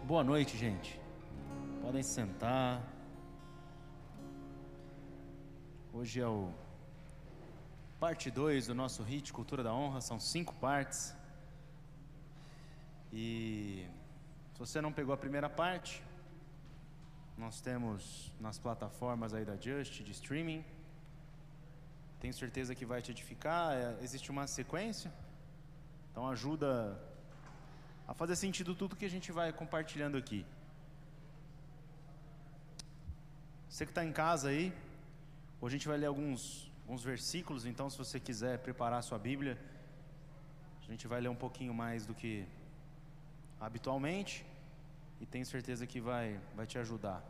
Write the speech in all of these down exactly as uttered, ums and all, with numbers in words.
Boa noite, gente. Podem sentar. Hoje é o parte dois do nosso Hit Cultura da Honra. São cinco partes. E se você não pegou a primeira parte, nós temos nas plataformas aí da Just, de streaming. Tenho certeza que vai te edificar. É, existe uma sequência, então ajuda a fazer sentido tudo que a gente vai compartilhando aqui. Você que está em casa aí, hoje a gente vai ler alguns, alguns versículos, então se você quiser preparar a sua Bíblia, a gente vai ler um pouquinho mais do que habitualmente, e tenho certeza que vai, vai te ajudar.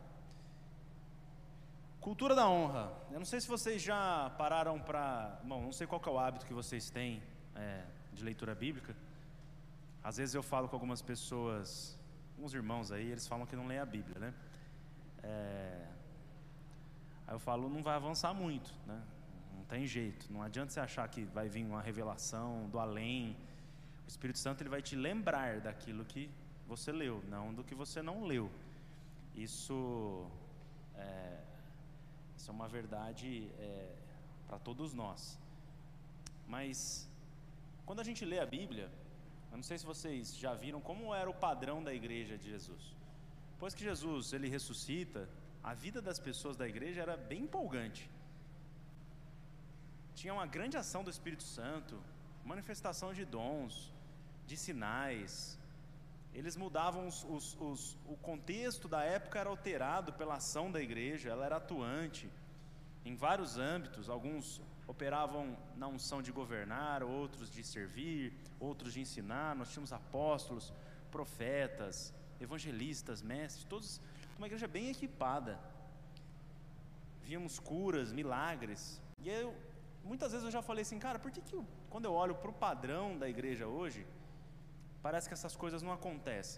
Cultura da honra. Eu não sei se vocês já pararam para... Bom, não sei qual que é o hábito que vocês têm é, de leitura bíblica. Às vezes eu falo com algumas pessoas, uns irmãos aí, eles falam que não leem a Bíblia, né? É... Aí eu falo, não vai avançar muito, né? Não tem jeito, não adianta você achar que vai vir uma revelação do além. O Espírito Santo ele vai te lembrar daquilo que você leu, não do que você não leu. Isso é, isso é uma verdade é, para todos nós. Mas quando a gente lê a Bíblia, eu não sei se vocês já viram como era o padrão da igreja de Jesus. Depois que Jesus ele ressuscita, a vida das pessoas da igreja era bem empolgante. Tinha uma grande ação do Espírito Santo, manifestação de dons, de sinais. Eles mudavam os, os, os, o contexto da época era alterado pela ação da igreja. Ela era atuante em vários âmbitos. Alguns operavam na unção de governar, outros de servir, outros de ensinar. Nós tínhamos apóstolos, profetas, evangelistas, mestres, todos, uma igreja bem equipada. Víamos curas, milagres. E eu, muitas vezes eu já falei assim, cara, por que que eu, quando eu olho para o padrão da igreja hoje, parece que essas coisas não acontecem?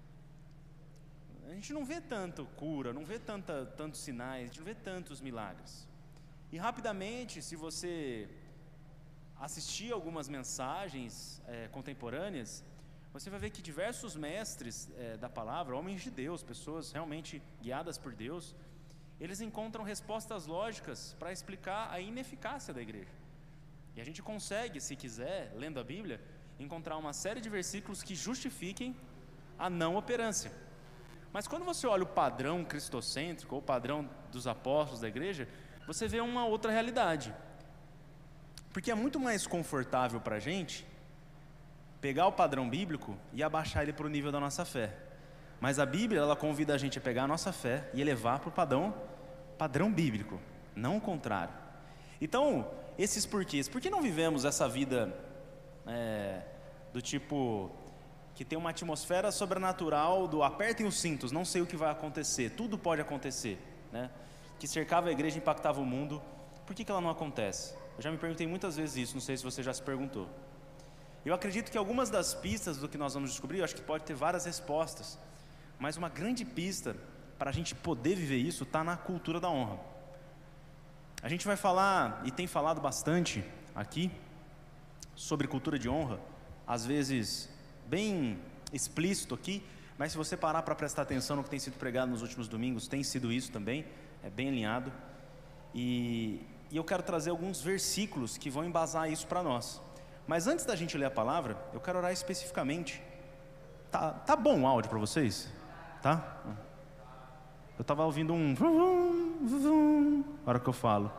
A gente não vê tanto cura, não vê tanta, tantos sinais, a gente não vê tantos milagres. E rapidamente, se você assistir algumas mensagens é, contemporâneas, você vai ver que diversos mestres é, da palavra, homens de Deus, pessoas realmente guiadas por Deus, eles encontram respostas lógicas para explicar a ineficácia da igreja. E a gente consegue, se quiser, lendo a Bíblia, encontrar uma série de versículos que justifiquem a não operância. Mas quando você olha o padrão cristocêntrico, ou o padrão dos apóstolos da igreja, você vê uma outra realidade. Porque é muito mais confortável para a gente pegar o padrão bíblico e abaixar ele para o nível da nossa fé. Mas a Bíblia, ela convida a gente a pegar a nossa fé e elevar para o padrão, padrão bíblico, não o contrário. Então, esses porquês. Por que não vivemos essa vida é, do tipo que tem uma atmosfera sobrenatural do apertem os cintos, não sei o que vai acontecer, tudo pode acontecer, né? Que cercava a igreja e impactava o mundo. Por que que ela não acontece? Eu já me perguntei muitas vezes isso, não sei se você já se perguntou. Eu acredito que algumas das pistas do que nós vamos descobrir, eu acho que pode ter várias respostas, mas uma grande pista para a gente poder viver isso está na cultura da honra. A gente vai falar, e tem falado bastante aqui, sobre cultura de honra, às vezes bem explícito aqui, mas se você parar para prestar atenção no que tem sido pregado nos últimos domingos, tem sido isso também, é bem alinhado. E, e eu quero trazer alguns versículos que vão embasar isso para nós. Mas antes da gente ler a palavra, eu quero orar especificamente. Tá, tá bom o áudio para vocês? Tá? Eu estava ouvindo um vum, vum, vum, na hora que eu falo.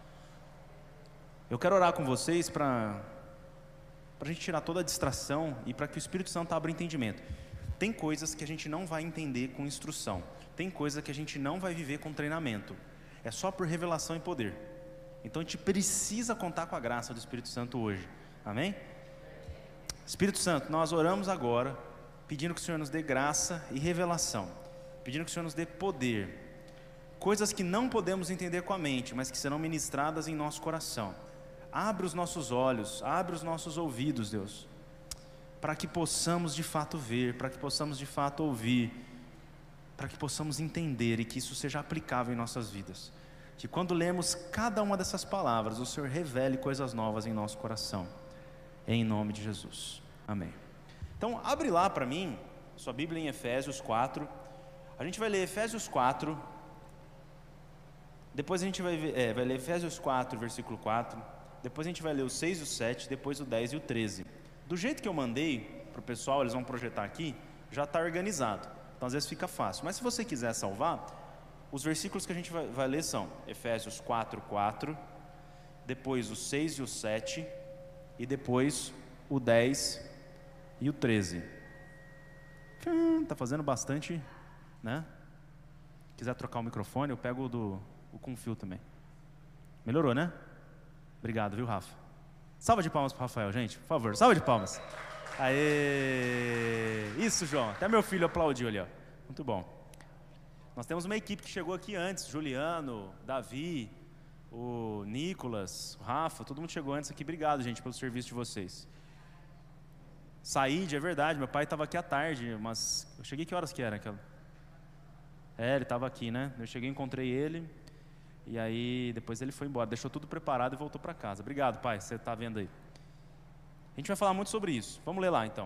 Eu quero orar com vocês para para a gente tirar toda a distração e para que o Espírito Santo abra o entendimento. Tem coisas que a gente não vai entender com instrução. Tem coisas que a gente não vai viver com treinamento. É só por revelação e poder. Então a gente precisa contar com a graça do Espírito Santo hoje. Amém? Espírito Santo, nós oramos agora, pedindo que o Senhor nos dê graça e revelação. Pedindo que o Senhor nos dê poder. Coisas que não podemos entender com a mente, mas que serão ministradas em nosso coração. Abre os nossos olhos, abre os nossos ouvidos, Deus, para que possamos de fato ver, para que possamos de fato ouvir, para que possamos entender e que isso seja aplicável em nossas vidas. Que quando lemos cada uma dessas palavras, o Senhor revele coisas novas em nosso coração. Em nome de Jesus. Amém. Então, abre lá para mim, sua Bíblia em Efésios quatro. A gente vai ler Efésios quatro, depois a gente vai, ver, é, vai ler Efésios quatro, versículo quatro, depois a gente vai ler o seis e o sete, depois o dez e o treze. Do jeito que eu mandei para o pessoal, eles vão projetar aqui, já está organizado, então às vezes fica fácil. Mas se você quiser salvar, os versículos que a gente vai, vai ler são Efésios quatro, quatro, depois o seis e o sete, e depois o dez e o treze. Está fazendo bastante, né? Quiser trocar o microfone, eu pego o, do, o com fio também. Melhorou, né? Obrigado, viu, Rafa? Salva de palmas para o Rafael, gente, por favor. Salva de palmas. Aê! Isso, João. Até meu filho aplaudiu ali, ó. Muito bom. Nós temos uma equipe que chegou aqui antes. Juliano, Davi, o Nicolas, o Rafa, todo mundo chegou antes aqui. Obrigado, gente, pelo serviço de vocês. Saíde, é verdade, meu pai estava aqui à tarde, mas eu cheguei, que horas que era aquela? É, ele estava aqui, né? Eu cheguei, encontrei ele, e aí depois ele foi embora, deixou tudo preparado e voltou para casa. Obrigado, pai, você está vendo aí. A gente vai falar muito sobre isso. Vamos ler lá, então.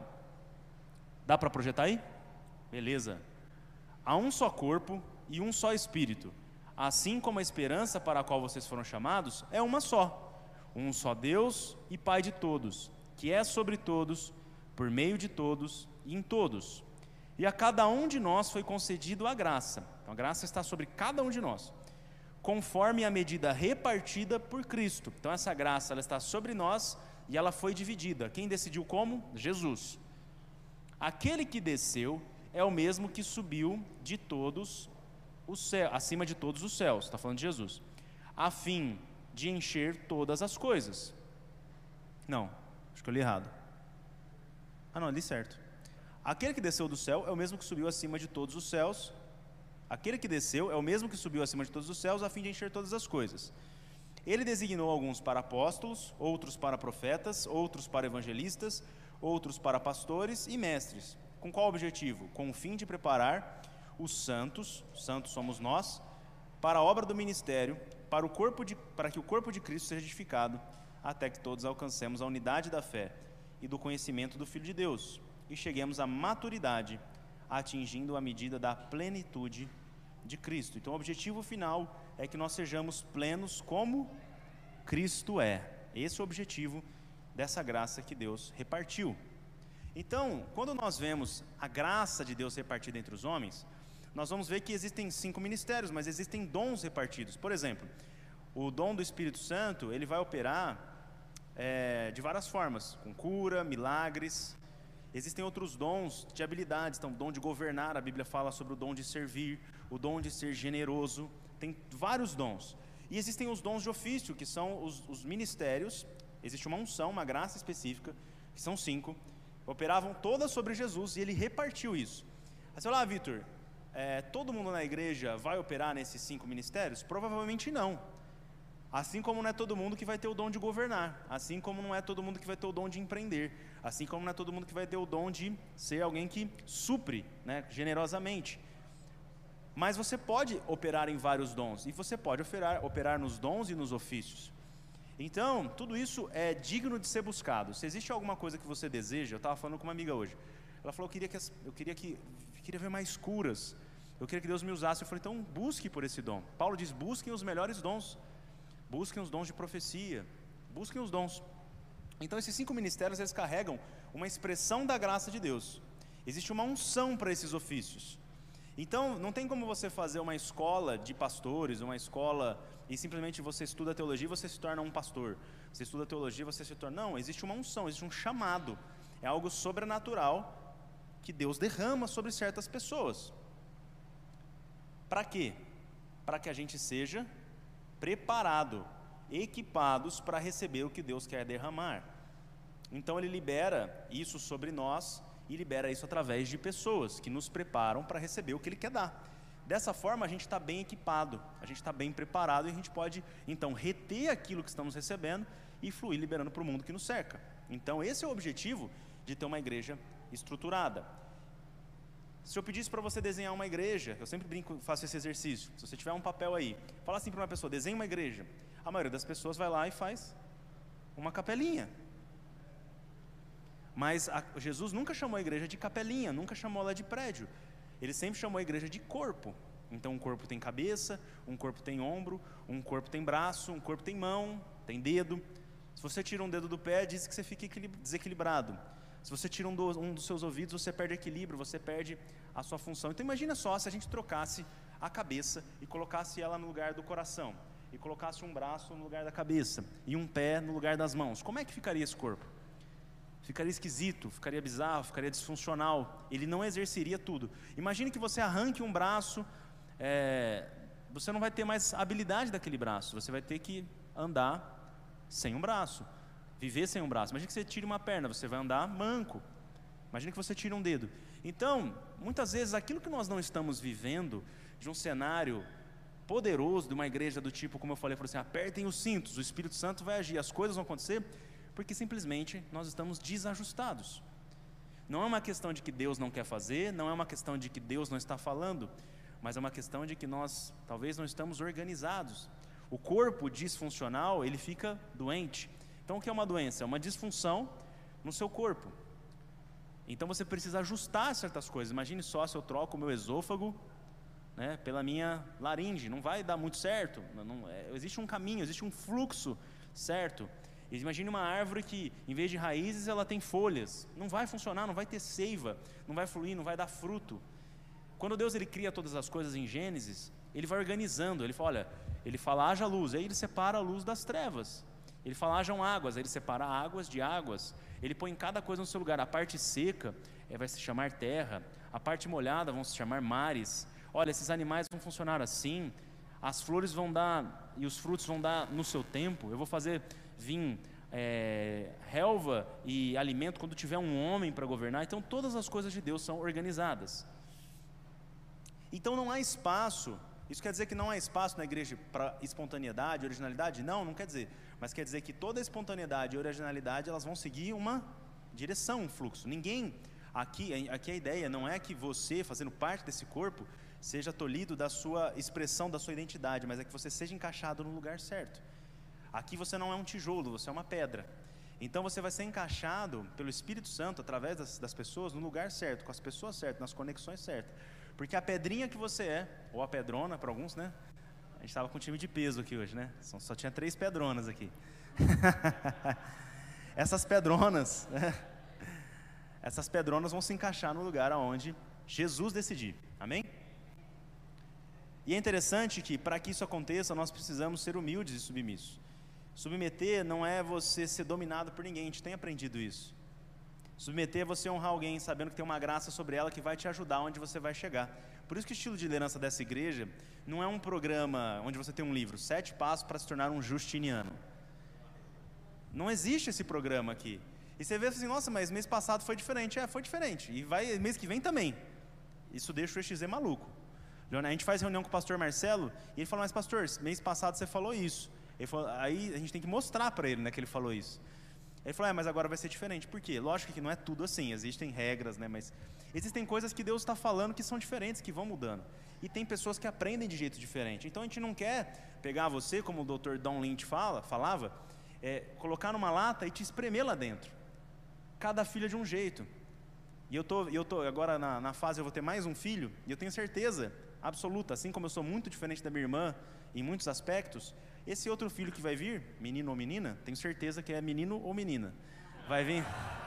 Dá para projetar aí? Beleza. Há um só corpo e um só espírito, assim como a esperança para a qual vocês foram chamados é uma só. Um só Deus e Pai de todos, que é sobre todos, por meio de todos e em todos. E a cada um de nós foi concedido a graça. Então, a graça está sobre cada um de nós, conforme a medida repartida por Cristo. Então, essa graça ela está sobre nós e ela foi dividida. Quem decidiu como? Jesus. Aquele que desceu é o mesmo que subiu de todos os céus, acima de todos os céus. Está falando de Jesus. A fim de encher todas as coisas. Não, acho que eu li errado. Ah, não, ali certo. Aquele que desceu do céu é o mesmo que subiu acima de todos os céus. Aquele que desceu é o mesmo que subiu acima de todos os céus, a fim de encher todas as coisas. Ele designou alguns para apóstolos, outros para profetas, outros para evangelistas, outros para pastores e mestres. Com qual objetivo? Com o fim de preparar os santos, santos somos nós, para a obra do ministério, para, o corpo de, para que o corpo de Cristo seja edificado, até que todos alcancemos a unidade da fé e do conhecimento do Filho de Deus, e cheguemos à maturidade, atingindo a medida da plenitude de Cristo. Então o objetivo final é que nós sejamos plenos como Cristo é. Esse é o objetivo dessa graça que Deus repartiu. Então, quando nós vemos a graça de Deus repartida entre os homens, nós vamos ver que existem cinco ministérios, mas existem dons repartidos. Por exemplo, o dom do Espírito Santo, ele vai operar é, de várias formas, com cura, milagres. Existem outros dons de habilidades, então o dom de governar, a Bíblia fala sobre o dom de servir, o dom de ser generoso, tem vários dons. E existem os dons de ofício, que são os, os ministérios, existe uma unção, uma graça específica, que são cinco, operavam todas sobre Jesus e ele repartiu isso. Aí você fala, ah, Vitor, é, todo mundo na igreja vai operar nesses cinco ministérios? Provavelmente não. Assim como não é todo mundo que vai ter o dom de governar, assim como não é todo mundo que vai ter o dom de empreender, assim como não é todo mundo que vai ter o dom de ser alguém que supre, né, generosamente. Mas você pode operar em vários dons, e você pode operar, operar nos dons e nos ofícios. Então, tudo isso é digno de ser buscado. Se existe alguma coisa que você deseja, eu estava falando com uma amiga hoje, ela falou, eu queria que, eu queria que, eu queria ver mais curas, eu queria que Deus me usasse. Eu falei, então busque por esse dom. Paulo diz, busquem os melhores dons, busquem os dons de profecia, busquem os dons. Então esses cinco ministérios, eles carregam uma expressão da graça de Deus. Existe uma unção para esses ofícios. Então não tem como você fazer uma escola de pastores, uma escola e simplesmente você estuda teologia e você se torna um pastor. Você estuda teologia e você se torna... Não, existe uma unção, existe um chamado. É algo sobrenatural que Deus derrama sobre certas pessoas. Para quê? Para que a gente seja preparado, equipados para receber o que Deus quer derramar. Então ele libera isso sobre nós e libera isso através de pessoas que nos preparam para receber o que ele quer dar. Dessa forma a gente está bem equipado, a gente está bem preparado e a gente pode então reter aquilo que estamos recebendo e fluir liberando para o mundo que nos cerca. Então esse é o objetivo de ter uma igreja estruturada. Se eu pedisse para você desenhar uma igreja, eu sempre brinco, faço esse exercício, se você tiver um papel aí, fala assim para uma pessoa, desenhe uma igreja, a maioria das pessoas vai lá e faz uma capelinha. Mas a, Jesus nunca chamou a igreja de capelinha, nunca chamou ela de prédio. Ele sempre chamou a igreja de corpo. Então um corpo tem cabeça, um corpo tem ombro, um corpo tem braço, um corpo tem mão, tem dedo. Se você tira um dedo do pé, diz que você fica desequilibrado. Se você tira um, do, um dos seus ouvidos, você perde equilíbrio, você perde a sua função. Então imagina só se a gente trocasse a cabeça e colocasse ela no lugar do coração, e colocasse um braço no lugar da cabeça e um pé no lugar das mãos. Como é que ficaria esse corpo? Ficaria esquisito, ficaria bizarro, ficaria disfuncional. Ele não exerceria tudo. Imagine que você arranque um braço, é, você não vai ter mais habilidade daquele braço, você vai ter que andar sem um braço, viver sem um braço. Imagine que você tire uma perna, você vai andar manco. Imagine que você tire um dedo. Então, muitas vezes, aquilo que nós não estamos vivendo, de um cenário poderoso, de uma igreja do tipo, como eu falei, assim, apertem os cintos, o Espírito Santo vai agir, as coisas vão acontecer, porque simplesmente nós estamos desajustados. Não é uma questão de que Deus não quer fazer, não é uma questão de que Deus não está falando, mas é uma questão de que nós talvez não estamos organizados. O corpo disfuncional, ele fica doente. Então o que é uma doença? É uma disfunção no seu corpo. Então você precisa ajustar certas coisas. Imagine só se eu troco o meu esôfago, né, pela minha laringe, não vai dar muito certo. Não, não, é, existe um caminho, existe um fluxo certo. Imagine uma árvore que, em vez de raízes, ela tem folhas. Não vai funcionar, não vai ter seiva, não vai fluir, não vai dar fruto. Quando Deus ele cria todas as coisas em Gênesis, Ele vai organizando. Ele fala, olha, Ele fala, haja luz, aí Ele separa a luz das trevas. Ele fala, hajam águas, aí Ele separa águas de águas. Ele põe cada coisa no seu lugar. A parte seca é, vai se chamar terra, a parte molhada vão se chamar mares. Olha, esses animais vão funcionar assim, as flores vão dar, e os frutos vão dar no seu tempo. Eu vou fazer vir é, relva e alimento quando tiver um homem para governar. Então todas as coisas de Deus são organizadas. Então não há espaço, isso quer dizer que não há espaço na igreja para espontaneidade, originalidade? Não, não quer dizer, mas quer dizer que toda a espontaneidade e originalidade, elas vão seguir uma direção, um fluxo. Ninguém, aqui, aqui a ideia não é que você, fazendo parte desse corpo, seja tolhido da sua expressão, da sua identidade, mas é que você seja encaixado no lugar certo. Aqui você não é um tijolo, você é uma pedra. Então você vai ser encaixado pelo Espírito Santo, através das, das pessoas, no lugar certo, com as pessoas certas, nas conexões certas. Porque a pedrinha que você é, ou a pedrona para alguns, né? A gente estava com um time de peso aqui hoje, né? Só, só tinha três pedronas aqui. Essas pedronas, né? Essas pedronas vão se encaixar no lugar aonde Jesus decidir. Amém? E é interessante que, para que isso aconteça, nós precisamos ser humildes e submissos. Submeter não é você ser dominado por ninguém, a gente tem aprendido isso. Submeter é você honrar alguém, sabendo que tem uma graça sobre ela que vai te ajudar onde você vai chegar. Por isso que o estilo de liderança dessa igreja não é um programa onde você tem um livro, sete passos para se tornar um justiniano. Não existe esse programa aqui. E você vê assim, nossa, mas mês passado foi diferente. É, foi diferente. E vai mês que vem também. Isso deixa o E X Z maluco. A gente faz reunião com o pastor Marcelo e ele fala, mas pastor, mês passado você falou isso. Ele falou, aí a gente tem que mostrar para ele, né, que ele falou isso. Ele falou, é, mas agora vai ser diferente. Por quê? Lógico que não é tudo assim, existem regras, né, mas existem coisas que Deus está falando que são diferentes, que vão mudando. E tem pessoas que aprendem de jeito diferente. Então a gente não quer pegar você, como o doutor Don Lynch fala, falava, é, colocar numa lata e te espremer lá dentro. Cada filho é de um jeito. E eu tô, eu tô agora na, na fase, eu vou ter mais um filho, e eu tenho certeza absoluta, assim como eu sou muito diferente da minha irmã em muitos aspectos, esse outro filho que vai vir, menino ou menina, tenho certeza que é menino ou menina, vai vir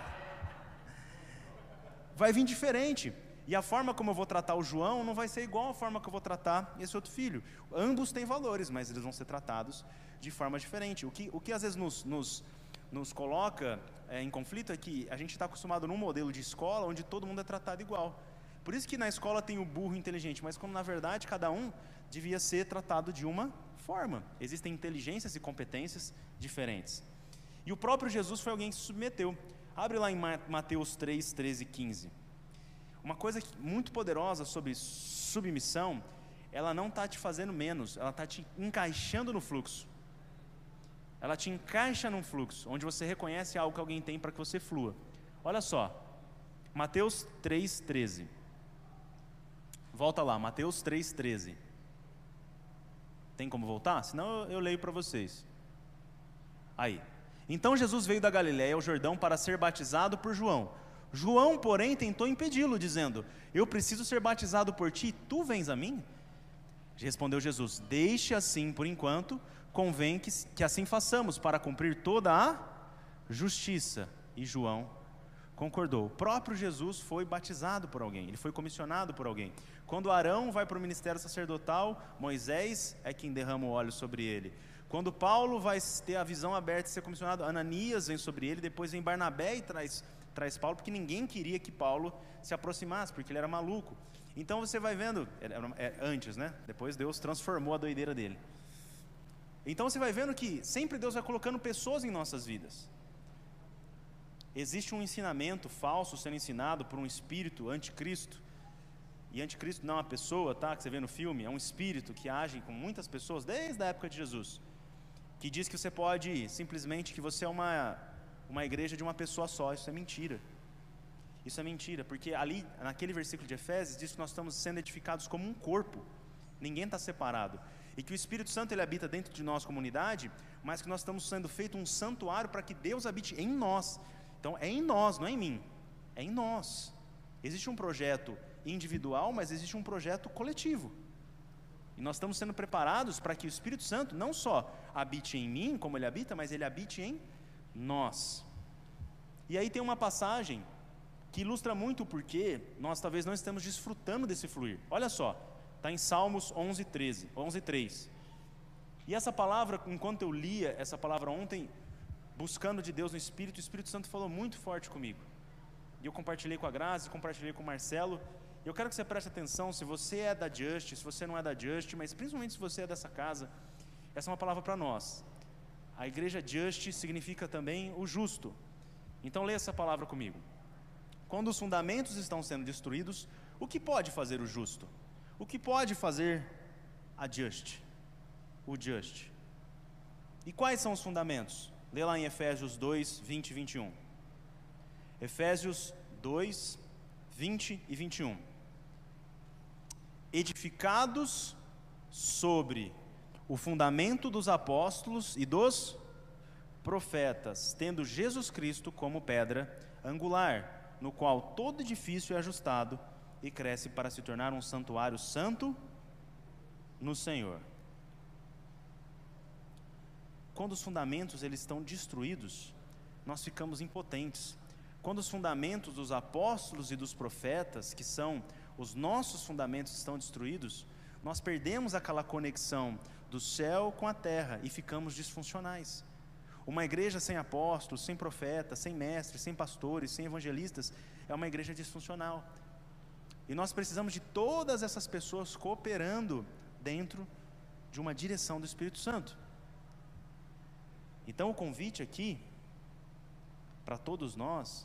vai vir diferente, e a forma como eu vou tratar o João não vai ser igual à forma que eu vou tratar esse outro filho. Ambos têm valores, mas eles vão ser tratados de forma diferente. O que, o que às vezes nos, nos, nos coloca é, em conflito é que a gente está acostumado num modelo de escola onde todo mundo é tratado igual. Por isso que na escola tem o burro inteligente, mas quando na verdade cada um devia ser tratado de uma forma. Existem inteligências e competências diferentes. E o próprio Jesus foi alguém que se submeteu. Abre lá em Mateus três, treze e quinze. Uma coisa muito poderosa sobre submissão, ela não está te fazendo menos, ela está te encaixando no fluxo. Ela te encaixa num fluxo, onde você reconhece algo que alguém tem para que você flua. Olha só, Mateus três, treze. Volta lá, Mateus três, treze. Tem como voltar? Senão eu, eu leio para vocês. Aí. Então Jesus veio da Galiléia ao Jordão para ser batizado por João. João, porém, tentou impedi-lo, dizendo: eu preciso ser batizado por ti, tu vens a mim? Respondeu Jesus: deixe assim por enquanto, convém que, que assim façamos, para cumprir toda a justiça. E João concordou. O próprio Jesus foi batizado por alguém, ele foi comissionado por alguém. Quando Arão vai para o ministério sacerdotal, Moisés é quem derrama o óleo sobre ele. Quando Paulo vai ter a visão aberta e ser comissionado, Ananias vem sobre ele, depois vem Barnabé e traz, traz Paulo, porque ninguém queria que Paulo se aproximasse, porque ele era maluco. Então você vai vendo, é, é, antes, né? Depois Deus transformou a doideira dele. Então você vai vendo que sempre Deus vai colocando pessoas em nossas vidas. Existe um ensinamento falso sendo ensinado por um espírito anticristo. E anticristo não é uma pessoa, tá? Que você vê no filme, é um espírito que age com muitas pessoas desde a época de Jesus. Que diz que você pode, simplesmente, que você é uma, uma igreja de uma pessoa só. Isso é mentira. Isso é mentira, porque ali, naquele versículo de Efésios, diz que nós estamos sendo edificados como um corpo. Ninguém está separado. E que o Espírito Santo, ele habita dentro de nós, comunidade, mas que nós estamos sendo feito um santuário para que Deus habite em nós. Então, é em nós, não é em mim. É em nós. Existe um projeto individual, mas existe um projeto coletivo. E nós estamos sendo preparados para que o Espírito Santo não só habite em mim, como ele habita, mas ele habite em nós. E aí tem uma passagem que ilustra muito o porquê nós talvez não estamos desfrutando desse fluir. Olha só, está em Salmos onze, treze, onze, três. E essa palavra, enquanto eu lia essa palavra ontem, buscando de Deus no Espírito, o Espírito Santo falou muito forte comigo. E eu compartilhei com a Grazi, compartilhei com o Marcelo. Eu quero que você preste atenção, se você é da Just, se você não é da Just, mas principalmente se você é dessa casa, essa é uma palavra para nós. A igreja Just significa também o justo. Então leia essa palavra comigo. Quando os fundamentos estão sendo destruídos, o que pode fazer o justo? O que pode fazer a Just? O Just. E quais são os fundamentos? Lê lá em Efésios dois, vinte e vinte e um. Efésios dois, vinte e vinte e um. Edificados sobre o fundamento dos apóstolos e dos profetas, tendo Jesus Cristo como pedra angular, no qual todo edifício é ajustado e cresce para se tornar um santuário santo no Senhor. Quando os fundamentos eles estão destruídos, nós ficamos impotentes. Quando os fundamentos dos apóstolos e dos profetas, que são os nossos fundamentos, estão destruídos, nós perdemos aquela conexão do céu com a terra e ficamos disfuncionais. Uma igreja sem apóstolos, sem profetas, sem mestres, sem pastores, sem evangelistas, é uma igreja disfuncional. E nós precisamos de todas essas pessoas cooperando dentro de uma direção do Espírito Santo. Então o convite aqui, para todos nós,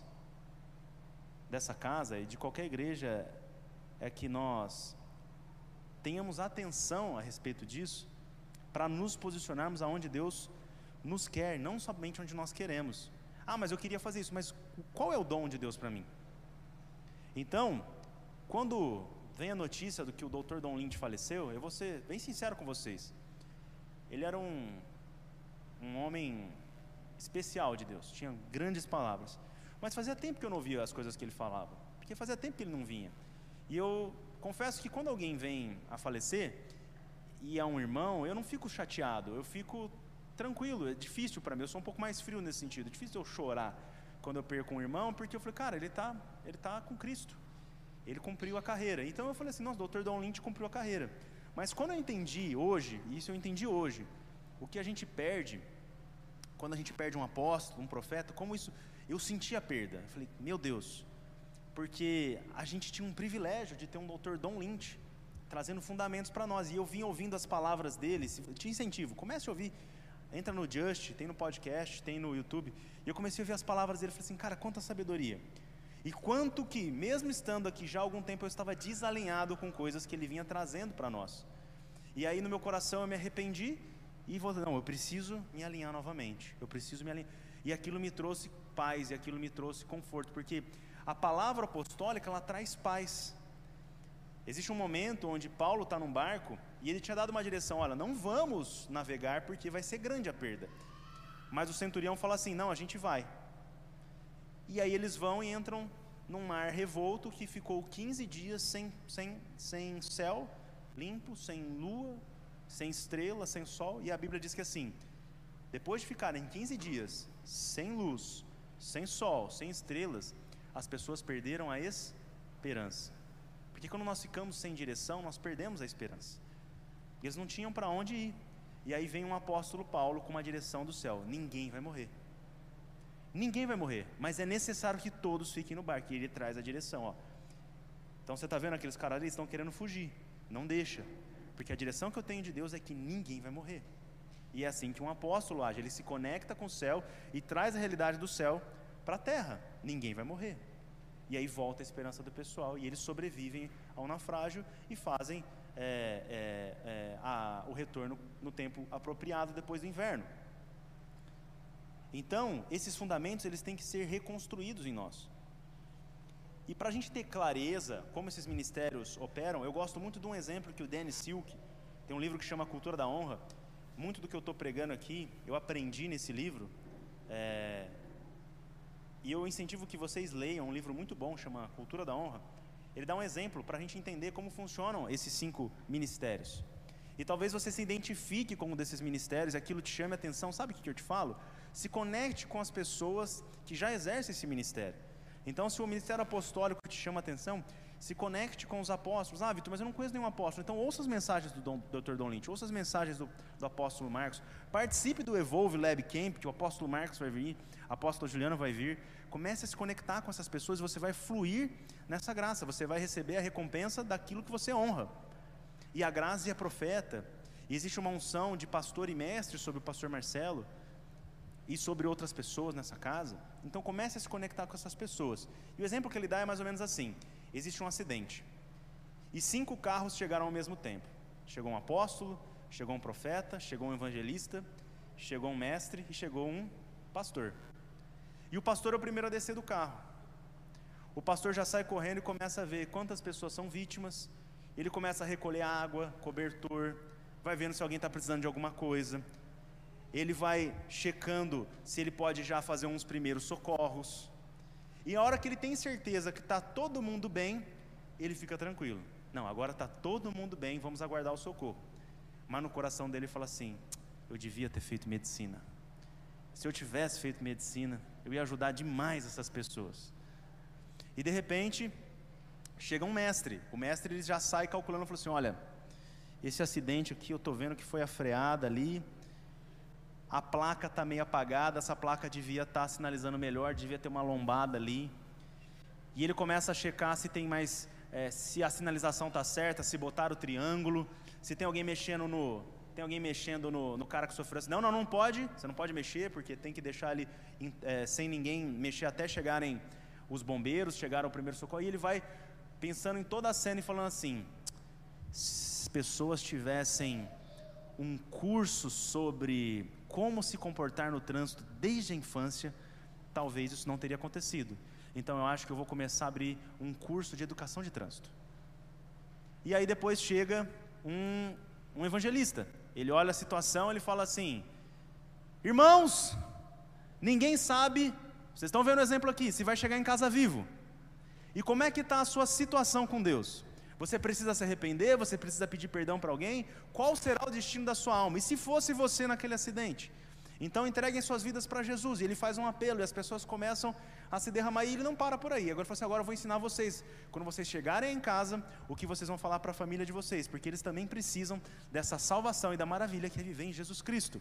dessa casa e de qualquer igreja, é que nós tenhamos atenção a respeito disso, para nos posicionarmos aonde Deus nos quer, não somente onde nós queremos. Ah, mas eu queria fazer isso, mas qual é o dom de Deus para mim? Então, quando vem a notícia do que o doutor Don Lynch faleceu, eu vou ser bem sincero com vocês. Ele era um, um homem especial de Deus, tinha grandes palavras, mas fazia tempo que eu não ouvia as coisas que ele falava, porque fazia tempo que ele não vinha. E eu confesso que quando alguém vem a falecer, e é um irmão, eu não fico chateado, eu fico tranquilo. É difícil para mim, eu sou um pouco mais frio nesse sentido, é difícil eu chorar quando eu perco um irmão, porque eu falei, cara, ele está ele tá com Cristo, ele cumpriu a carreira. Então eu falei assim, nossa, o doutor Don Lynch cumpriu a carreira. Mas quando eu entendi hoje, e isso eu entendi hoje, o que a gente perde, quando a gente perde um apóstolo, um profeta, como isso, eu senti a perda. Eu falei, meu Deus, porque a gente tinha um privilégio de ter um doutor Don Lynch trazendo fundamentos para nós, e eu vim ouvindo as palavras dele. Te incentivo, comece a ouvir, entra no Just, tem no podcast, tem no YouTube, e eu comecei a ouvir as palavras dele. Eu falei assim, cara, quanta sabedoria, e quanto que, mesmo estando aqui já há algum tempo, eu estava desalinhado com coisas que ele vinha trazendo para nós. E aí no meu coração eu me arrependi, e vou, não, eu preciso me alinhar novamente, eu preciso me alinhar, e aquilo me trouxe paz, e aquilo me trouxe conforto, porque a palavra apostólica, ela traz paz. Existe um momento onde Paulo está num barco, e ele tinha dado uma direção, olha, não vamos navegar porque vai ser grande a perda. Mas o centurião fala assim: não, a gente vai. E aí eles vão e entram num mar revolto que ficou quinze dias sem, sem, sem céu limpo, sem lua, sem estrela, sem sol. E a Bíblia diz que assim, depois de ficarem quinze dias sem luz, sem sol, sem estrelas, as pessoas perderam a esperança. Porque quando nós ficamos sem direção, nós perdemos a esperança. Eles não tinham para onde ir. E aí vem um apóstolo Paulo com uma direção do céu: ninguém vai morrer. Ninguém vai morrer, mas é necessário que todos fiquem no barco. E ele traz a direção, ó. Então você está vendo aqueles caras ali, estão querendo fugir. Não deixa, porque a direção que eu tenho de Deus é que ninguém vai morrer. E é assim que um apóstolo age, ele se conecta com o céu e traz a realidade do céu para a terra. Ninguém vai morrer. E aí volta a esperança do pessoal, e eles sobrevivem ao naufrágio e fazem é, é, é, a, o retorno no tempo apropriado depois do inverno. Então, esses fundamentos, eles têm que ser reconstruídos em nós. E para a gente ter clareza como esses ministérios operam, eu gosto muito de um exemplo que o Dennis Silk tem um livro que chama Cultura da Honra. Muito do que eu estou pregando aqui, eu aprendi nesse livro, é, e eu incentivo que vocês leiam um livro muito bom, chama Cultura da Honra. Ele dá um exemplo para a gente entender como funcionam esses cinco ministérios. E talvez você se identifique com um desses ministérios, aquilo te chame a atenção. Sabe o que eu te falo? Se conecte com as pessoas que já exercem esse ministério. Então, se o ministério apostólico te chama a atenção, se conecte com os apóstolos. Ah, Vitor, mas eu não conheço nenhum apóstolo. Então, ouça as mensagens do doutor Don Lynch, ouça as mensagens do, do apóstolo Marcos. Participe do Evolve Lab Camp, que o apóstolo Marcos vai vir, o apóstolo Juliano vai vir. Comece a se conectar com essas pessoas e você vai fluir nessa graça. Você vai receber a recompensa daquilo que você honra. E a graça é profeta. E existe uma unção de pastor e mestre sobre o pastor Marcelo e sobre outras pessoas nessa casa. Então comece a se conectar com essas pessoas. E o exemplo que ele dá é mais ou menos assim: existe um acidente e cinco carros chegaram ao mesmo tempo. Chegou um apóstolo, chegou um profeta, chegou um evangelista, chegou um mestre e chegou um pastor. E o pastor é o primeiro a descer do carro. O pastor já sai correndo e começa a ver quantas pessoas são vítimas. Ele começa a recolher água, cobertor, vai vendo se alguém está precisando de alguma coisa. Ele vai checando se ele pode já fazer uns primeiros socorros. E a hora que ele tem certeza que está todo mundo bem, ele fica tranquilo. Não, agora está todo mundo bem, vamos aguardar o socorro. Mas no coração dele ele fala assim: eu devia ter feito medicina. Se eu tivesse feito medicina, eu ia ajudar demais essas pessoas. E de repente, chega um mestre. O mestre ele já sai calculando e fala assim: olha, esse acidente aqui eu estou vendo que foi a freada ali. A placa está meio apagada, essa placa devia estar tá sinalizando melhor, devia ter uma lombada ali. E ele começa a checar se tem mais, é, se a sinalização está certa, se botar o triângulo, se tem alguém mexendo no, tem alguém mexendo no, no cara que sofreu assim. Não, não, não pode, você não pode mexer, porque tem que deixar ele é, sem ninguém mexer até chegarem os bombeiros, chegar ao primeiro socorro. E ele vai pensando em toda a cena e falando assim: se as pessoas tivessem um curso sobre como se comportar no trânsito desde a infância, talvez isso não teria acontecido. Então eu acho que eu vou começar a abrir um curso de educação de trânsito. E aí depois chega um, um evangelista. Ele olha a situação, ele fala assim: irmãos, ninguém sabe, vocês estão vendo o exemplo aqui, se vai chegar em casa vivo. E como é que está a sua situação com Deus? Você precisa se arrepender? Você precisa pedir perdão para alguém? Qual será o destino da sua alma? E se fosse você naquele acidente? Então entreguem suas vidas para Jesus. E ele faz um apelo e as pessoas começam a se derramar. E ele não para por aí. Agora ele fala assim: agora eu vou ensinar vocês, quando vocês chegarem em casa, o que vocês vão falar para a família de vocês, porque eles também precisam dessa salvação e da maravilha que é viver em Jesus Cristo.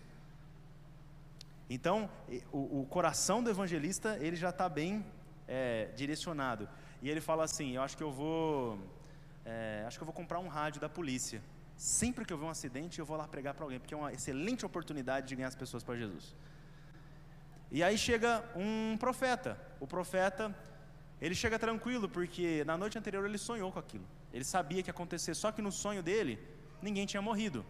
Então o, o coração do evangelista ele já está bem é, direcionado. E ele fala assim: eu acho que eu vou É, acho que eu vou comprar um rádio da polícia. Sempre que eu ver um acidente, eu vou lá pregar para alguém, porque é uma excelente oportunidade de ganhar as pessoas para Jesus. E aí chega um profeta. O profeta, ele chega tranquilo, porque na noite anterior ele sonhou com aquilo. Ele sabia que ia acontecer, só que no sonho dele, ninguém tinha morrido.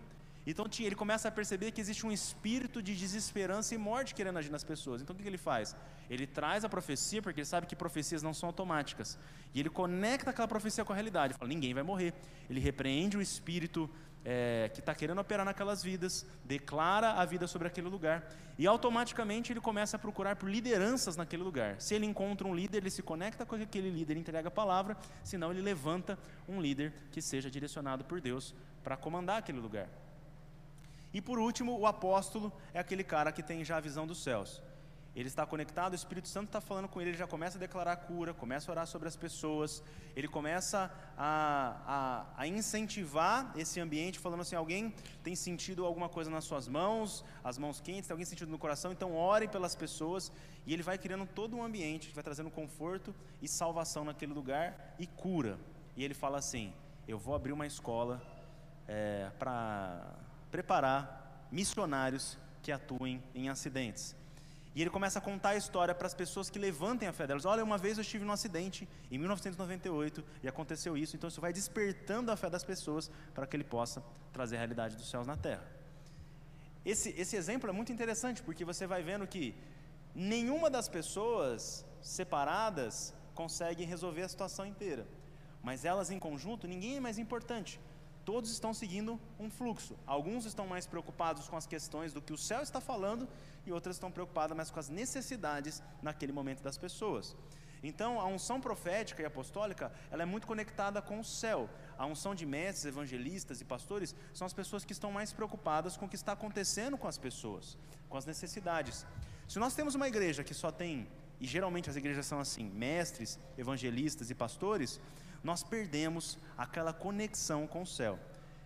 Então ele começa a perceber que existe um espírito de desesperança e morte querendo agir nas pessoas. Então o que ele faz? Ele traz a profecia, porque ele sabe que profecias não são automáticas, e ele conecta aquela profecia com a realidade. Fala, ninguém vai morrer. Ele repreende o espírito é, que está querendo operar naquelas vidas, declara a vida sobre aquele lugar, e automaticamente ele começa a procurar por lideranças naquele lugar. Se ele encontra um líder, ele se conecta com aquele líder, entrega a palavra, senão ele levanta um líder que seja direcionado por Deus para comandar aquele lugar. E por último, o apóstolo é aquele cara que tem já a visão dos céus. Ele está conectado, o Espírito Santo está falando com ele, ele já começa a declarar cura, começa a orar sobre as pessoas, ele começa a, a, a incentivar esse ambiente, falando assim, alguém tem sentido alguma coisa nas suas mãos, as mãos quentes, tem alguém sentido no coração, então ore pelas pessoas, e ele vai criando todo um ambiente, vai trazendo conforto e salvação naquele lugar e cura. E ele fala assim, eu vou abrir uma escola é, para preparar missionários que atuem em acidentes. E ele começa a contar a história para as pessoas que levantem a fé delas. Olha, uma vez eu estive num acidente em mil novecentos e noventa e oito e aconteceu isso. Então isso vai despertando a fé das pessoas para que ele possa trazer a realidade dos céus na terra. Esse, esse exemplo é muito interessante, porque você vai vendo que nenhuma das pessoas separadas consegue resolver a situação inteira, mas elas em conjunto, ninguém é mais importante. Todos estão seguindo um fluxo. Alguns estão mais preocupados com as questões do que o céu está falando, e outras estão preocupadas mais com as necessidades naquele momento das pessoas. Então a unção profética e apostólica, ela é muito conectada com o céu. A unção de mestres, evangelistas e pastores são as pessoas que estão mais preocupadas com o que está acontecendo com as pessoas, com as necessidades. Se nós temos uma igreja que só tem, e geralmente as igrejas são assim, mestres, evangelistas e pastores, nós perdemos aquela conexão com o céu,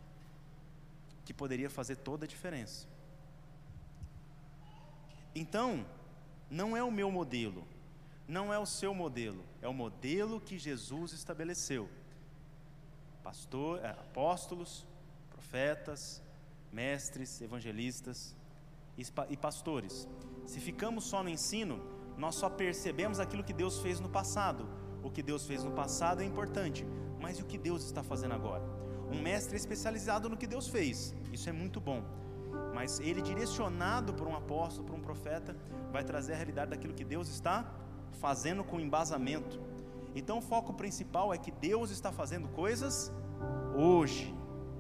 que poderia fazer toda a diferença. Então, não é o meu modelo, não é o seu modelo, é o modelo que Jesus estabeleceu. Pastor, apóstolos, profetas, mestres, evangelistas e pastores. Se ficamos só no ensino, nós só percebemos aquilo que Deus fez no passado. O que Deus fez no passado é importante, mas e o que Deus está fazendo agora? Um mestre é especializado no que Deus fez, isso é muito bom, mas ele, direcionado por um apóstolo, por um profeta, vai trazer a realidade daquilo que Deus está fazendo com embasamento. Então o foco principal é que Deus está fazendo coisas hoje.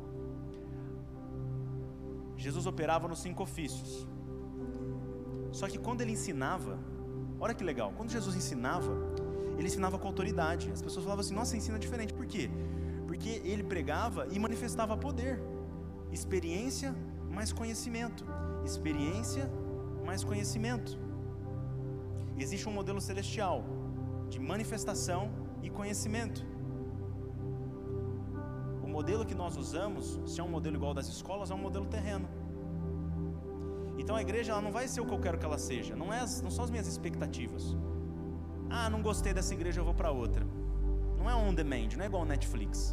Jesus operava nos cinco ofícios, só que quando ele ensinava, olha que legal, quando Jesus ensinava, ele ensinava com autoridade. As pessoas falavam assim, nossa, ensina diferente. Por quê? Porque ele pregava e manifestava poder. Experiência mais conhecimento. Experiência mais conhecimento. Existe um modelo celestial de manifestação e conhecimento. O modelo que nós usamos, se é um modelo igual das escolas, é um modelo terreno. Então a igreja, ela não vai ser o que eu quero que ela seja. Não, é as, não são as minhas expectativas. Ah, não gostei dessa igreja, eu vou para outra. Não é on demand, não é igual Netflix.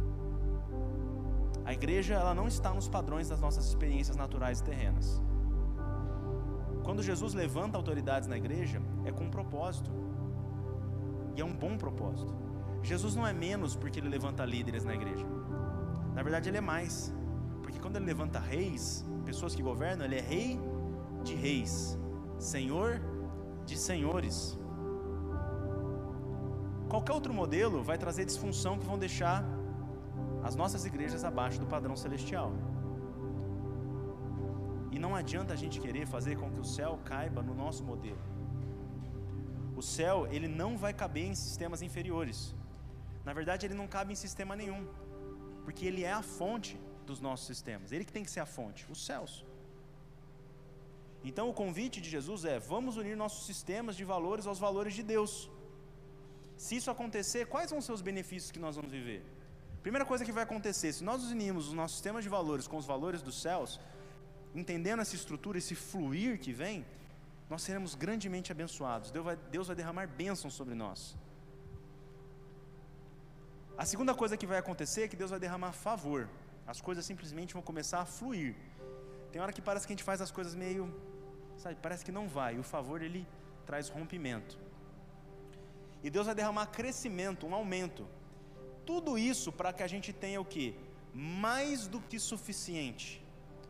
A igreja, ela não está nos padrões das nossas experiências naturais e terrenas. Quando Jesus levanta autoridades na igreja, é com um propósito. E é um bom propósito. Jesus não é menos porque ele levanta líderes na igreja. Na verdade, ele é mais. Porque quando ele levanta reis, pessoas que governam, ele é rei de reis, senhor de senhores. Qualquer outro modelo vai trazer disfunção que vão deixar as nossas igrejas abaixo do padrão celestial. E não adianta a gente querer fazer com que o céu caiba no nosso modelo. O céu, ele não vai caber em sistemas inferiores. Na verdade, ele não cabe em sistema nenhum, porque ele é a fonte dos nossos sistemas. Ele que tem que ser a fonte, os céus. Então o convite de Jesus é, vamos unir nossos sistemas de valores aos valores de Deus. Se isso acontecer, quais vão ser os benefícios que nós vamos viver? Primeira coisa que vai acontecer, se nós unirmos os nossos sistemas de valores com os valores dos céus, entendendo essa estrutura, esse fluir que vem, nós seremos grandemente abençoados. Deus vai, Deus vai derramar bênçãos sobre nós. A segunda coisa que vai acontecer é que Deus vai derramar favor. As coisas simplesmente vão começar a fluir. Tem hora que parece que a gente faz as coisas meio, sabe, parece que não vai. O favor, ele traz rompimento. E Deus vai derramar crescimento, um aumento. Tudo isso para que a gente tenha o quê? Mais do que suficiente.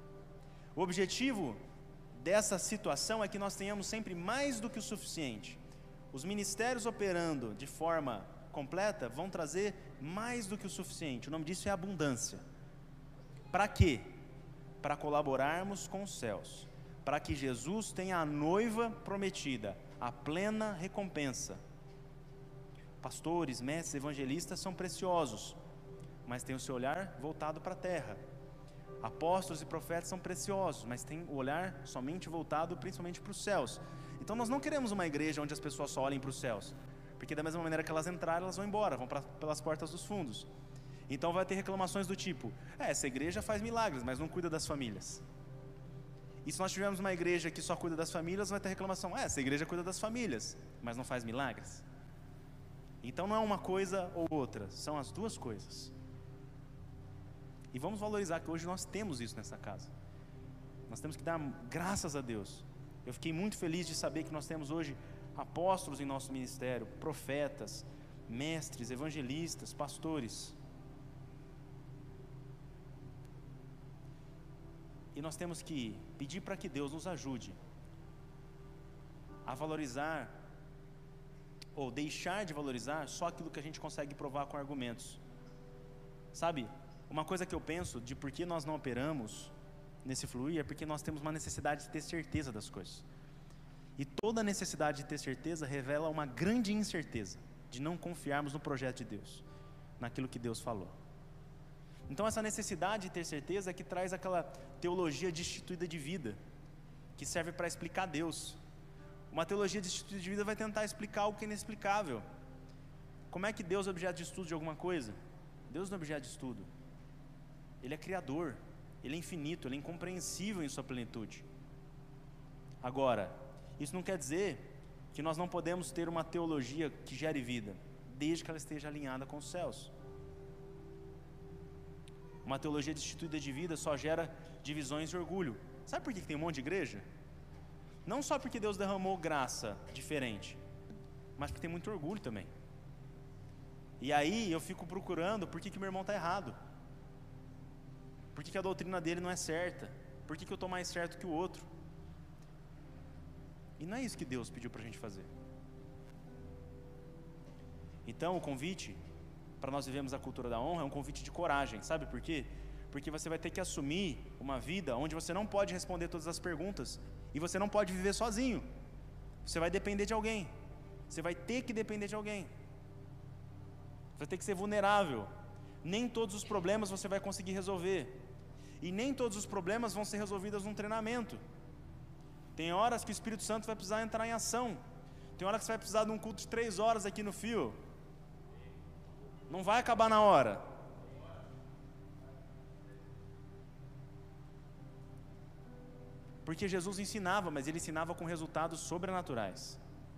O objetivo dessa situação é que nós tenhamos sempre mais do que o suficiente. Os ministérios operando de forma completa vão trazer mais do que o suficiente. O nome disso é abundância. Para quê? Para colaborarmos com os céus, para que Jesus tenha a noiva prometida, a plena recompensa. Pastores, mestres, evangelistas são preciosos, mas têm o seu olhar voltado para a terra. Apóstolos e profetas são preciosos, mas têm o olhar somente voltado principalmente para os céus. Então nós não queremos uma igreja onde as pessoas só olhem para os céus, porque da mesma maneira que elas entraram, elas vão embora, vão pra, pelas portas dos fundos. Então vai ter reclamações do tipo, é, essa igreja faz milagres, mas não cuida das famílias. E se nós tivermos uma igreja que só cuida das famílias, vai ter reclamação, é, essa igreja cuida das famílias, mas não faz milagres. Então não é uma coisa ou outra, são as duas coisas. E vamos valorizar que hoje nós temos isso nessa casa. Nós temos que dar graças a Deus. Eu fiquei muito feliz de saber que nós temos hoje apóstolos em nosso ministério, profetas, mestres, evangelistas, pastores. E nós temos que pedir para que Deus nos ajude a valorizar ou deixar de valorizar só aquilo que a gente consegue provar com argumentos. Sabe, uma coisa que eu penso de por que nós não operamos nesse fluir é porque nós temos uma necessidade de ter certeza das coisas. E toda necessidade de ter certeza revela uma grande incerteza de não confiarmos no projeto de Deus, naquilo que Deus falou. Então essa necessidade de ter certeza é que traz aquela teologia destituída de vida, que serve para explicar Deus. Uma teologia destituída de vida vai tentar explicar o que é inexplicável. Como é que Deus é objeto de estudo de alguma coisa? Deus não é objeto de estudo. Ele é criador, Ele é infinito, Ele é incompreensível em sua plenitude. Agora, isso não quer dizer que nós não podemos ter uma teologia que gere vida, desde que ela esteja alinhada com os céus. Uma teologia destituída de vida só gera divisões e orgulho. Sabe por que tem um monte de igreja? Não só porque Deus derramou graça diferente, mas porque tem muito orgulho também. E aí eu fico procurando por que, que meu irmão está errado. Por que, que a doutrina dele não é certa? Por que, que eu estou mais certo que o outro? E não é isso que Deus pediu para a gente fazer. Então o convite para nós vivermos a cultura da honra é um convite de coragem. Sabe por quê? Porque você vai ter que assumir uma vida onde você não pode responder todas as perguntas e você não pode viver sozinho. Você vai depender de alguém. Você vai ter que depender de alguém. Você vai ter que ser vulnerável. Nem todos os problemas você vai conseguir resolver. E nem todos os problemas vão ser resolvidos num treinamento. Tem horas que o Espírito Santo vai precisar entrar em ação. Tem horas que você vai precisar de um culto de três horas aqui no fio. Não vai acabar na hora. Porque Jesus ensinava, mas Ele ensinava com resultados sobrenaturais.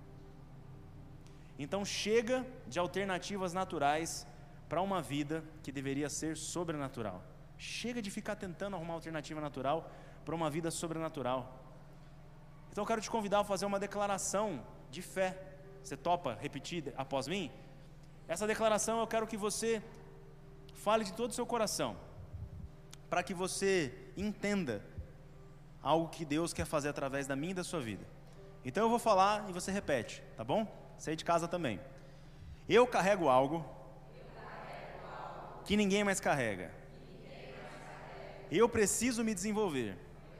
Então chega de alternativas naturais para uma vida que deveria ser sobrenatural. Chega de ficar tentando arrumar alternativa natural para uma vida sobrenatural. Então eu quero te convidar a fazer uma declaração de fé. Você topa repetir após mim? Essa declaração eu quero que você fale de todo o seu coração, para que você entenda algo que Deus quer fazer através da minha e da sua vida. Então eu vou falar e você repete, tá bom? Você aí de casa também. Eu carrego algo que ninguém mais carrega. Eu preciso me desenvolver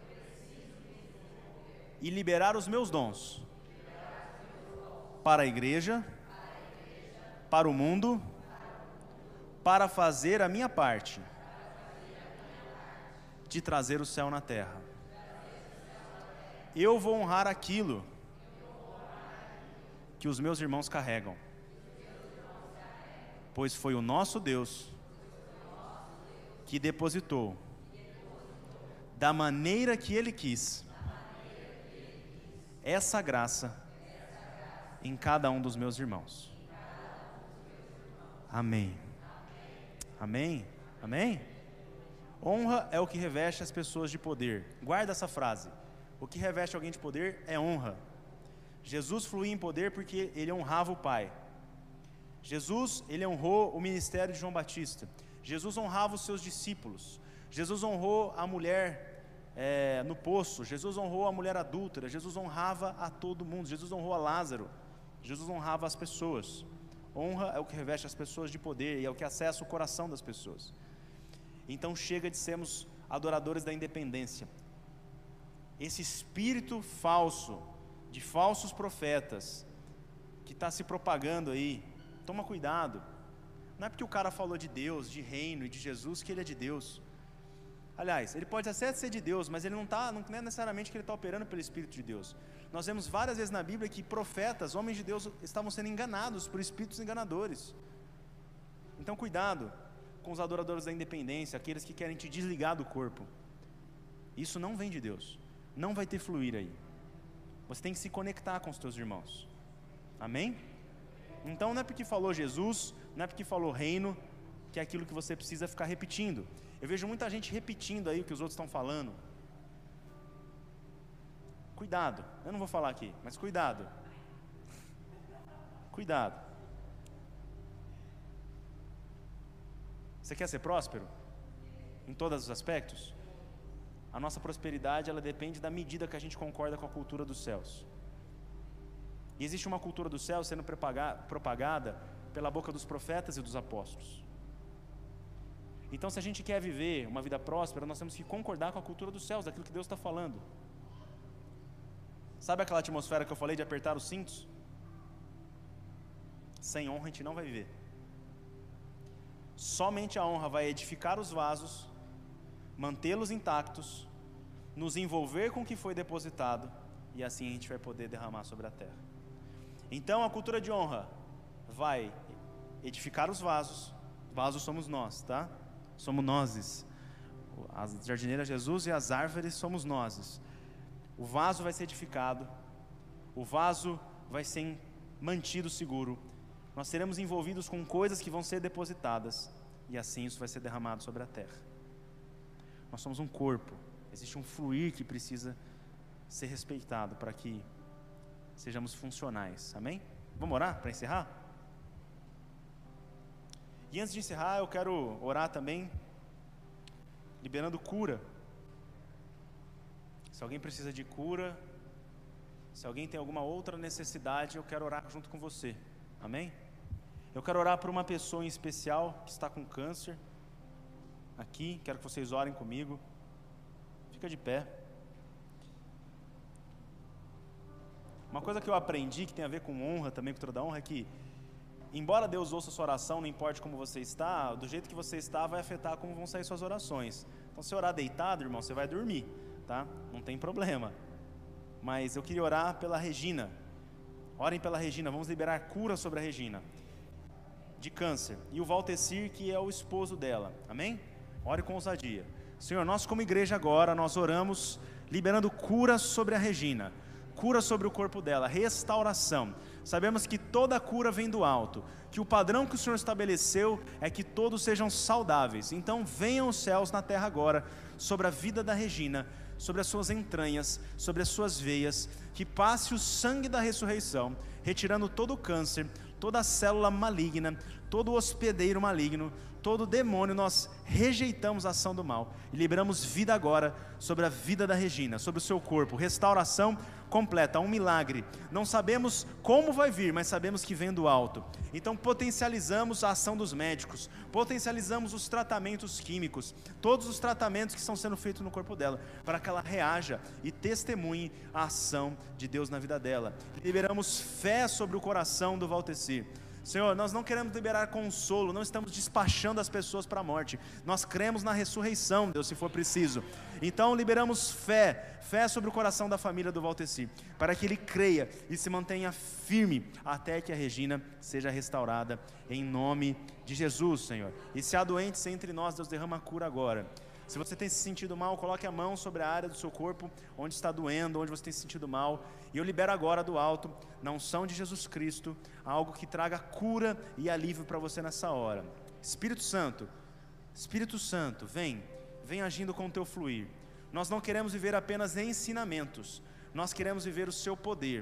e liberar os meus dons para a igreja, para o mundo, para fazer a minha parte de trazer o céu na terra. Eu vou honrar aquilo que os meus irmãos carregam, pois foi o nosso Deus que depositou da maneira que Ele quis essa graça em cada um dos meus irmãos. Amém. Amém? Amém? Honra é o que reveste as pessoas de poder. Guarda essa frase. O que reveste alguém de poder é honra. Jesus fluía em poder porque Ele honrava o Pai. Jesus, Ele honrou o ministério de João Batista. Jesus honrava os seus discípulos. Jesus honrou a mulher é, no poço, Jesus honrou a mulher adúltera, Jesus honrava a todo mundo, Jesus honrou a Lázaro, Jesus honrava as pessoas. Honra é o que reveste as pessoas de poder e é o que acessa o coração das pessoas. Então chega de sermos adoradores da independência. Esse espírito falso, de falsos profetas, que está se propagando aí, toma cuidado. Não é porque o cara falou de Deus, de reino e de Jesus que ele é de Deus. Aliás, ele pode até ser de Deus, mas ele não, tá, não é necessariamente que ele está operando pelo Espírito de Deus. Nós vemos várias vezes na Bíblia que profetas, homens de Deus, estavam sendo enganados por espíritos enganadores. Então cuidado com os adoradores da independência, aqueles que querem te desligar do corpo. Isso não vem de Deus, não vai ter fluir aí. Você tem que se conectar com os teus irmãos. Amém? Então não é porque falou Jesus, não é porque falou reino, que é aquilo que você precisa ficar repetindo. Eu vejo muita gente repetindo aí o que os outros estão falando. Cuidado, eu não vou falar aqui, mas cuidado. Cuidado. Você quer ser próspero? Em todos os aspectos? A nossa prosperidade, ela depende da medida que a gente concorda com a cultura dos céus. E existe uma cultura dos céus sendo propagada pela boca dos profetas e dos apóstolos. Então, se a gente quer viver uma vida próspera, nós temos que concordar com a cultura dos céus, daquilo que Deus está falando. Sabe aquela atmosfera que eu falei de apertar os cintos? Sem honra a gente não vai viver. Somente a honra vai edificar os vasos, mantê-los intactos, nos envolver com o que foi depositado, e assim a gente vai poder derramar sobre a terra. Então a cultura de honra vai edificar os vasos. Vasos somos nós, tá? Somos nozes. As jardineiras Jesus e as árvores somos nozes. O vaso vai ser edificado, o vaso vai ser mantido seguro, nós seremos envolvidos com coisas que vão ser depositadas, e assim isso vai ser derramado sobre a terra. Nós somos um corpo, existe um fluir que precisa ser respeitado para que sejamos funcionais, amém? Vamos orar para encerrar? E antes de encerrar, eu quero orar também, liberando cura. Se alguém precisa de cura, se alguém tem alguma outra necessidade, eu quero orar junto com você, amém? Eu quero orar por uma pessoa em especial que está com câncer, aqui, quero que vocês orem comigo, fica de pé. Uma coisa que eu aprendi, que tem a ver com honra também, cultura da honra, é que, embora Deus ouça a sua oração, não importa como você está, do jeito que você está, vai afetar como vão sair suas orações. Então, se orar deitado, irmão, você vai dormir, tá? Não tem problema. Mas eu queria orar pela Regina. Orem pela Regina, vamos liberar cura sobre a Regina, de câncer. E o Valtecir, que é o esposo dela, amém? Ore com ousadia. Senhor, nós como igreja agora, nós oramos liberando cura sobre a Regina, cura sobre o corpo dela, restauração. Sabemos que toda cura vem do alto, que o padrão que o Senhor estabeleceu é que todos sejam saudáveis. Então venham os céus na terra agora, sobre a vida da Regina, sobre as suas entranhas, sobre as suas veias, que passe o sangue da ressurreição, retirando todo o câncer, toda a célula maligna, todo o hospedeiro maligno, todo demônio. Nós rejeitamos a ação do mal e liberamos vida agora sobre a vida da Regina, sobre o seu corpo, restauração completa, um milagre. Não sabemos como vai vir, mas sabemos que vem do alto. Então potencializamos a ação dos médicos, potencializamos os tratamentos químicos, todos os tratamentos que estão sendo feitos no corpo dela, para que ela reaja e testemunhe a ação de Deus na vida dela. Liberamos fé sobre o coração do Valtecir. Senhor, nós não queremos liberar consolo, não estamos despachando as pessoas para a morte, nós cremos na ressurreição, Deus, se for preciso. Então liberamos fé, fé sobre o coração da família do Valtecir, para que ele creia e se mantenha firme até que a Regina seja restaurada, em nome de Jesus, Senhor. E se há doentes entre nós, Deus, derrama a cura agora. Se você tem se sentido mal, coloque a mão sobre a área do seu corpo onde está doendo, onde você tem se sentido mal, e eu libero agora do alto, na unção de Jesus Cristo, algo que traga cura e alívio para você nessa hora. Espírito Santo, Espírito Santo, vem, vem agindo com o teu fluir. Nós não queremos viver apenas em ensinamentos, nós queremos viver o seu poder.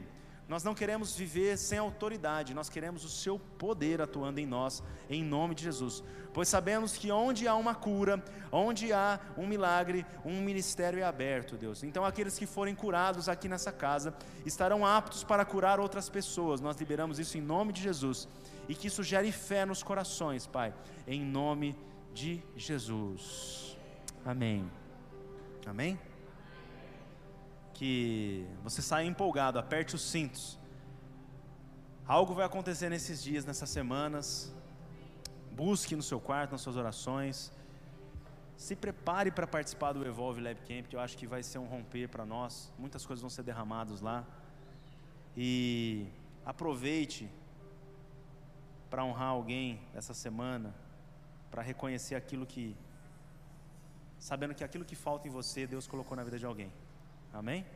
Nós não queremos viver sem autoridade, nós queremos o seu poder atuando em nós, em nome de Jesus. Pois sabemos que onde há uma cura, onde há um milagre, um ministério é aberto, Deus. Então aqueles que forem curados aqui nessa casa, estarão aptos para curar outras pessoas. Nós liberamos isso em nome de Jesus. E que isso gere fé nos corações, Pai, em nome de Jesus. Amém. Amém? Que você saia empolgado, aperte os cintos. Algo vai acontecer nesses dias, nessas semanas. Busque no seu quarto, nas suas orações. Se prepare para participar do Evolve Lab Camp, que eu acho que vai ser um romper para nós. Muitas coisas vão ser derramadas lá. E aproveite para honrar alguém essa semana, para reconhecer aquilo que, sabendo que aquilo que falta em você, Deus colocou na vida de alguém. Amém?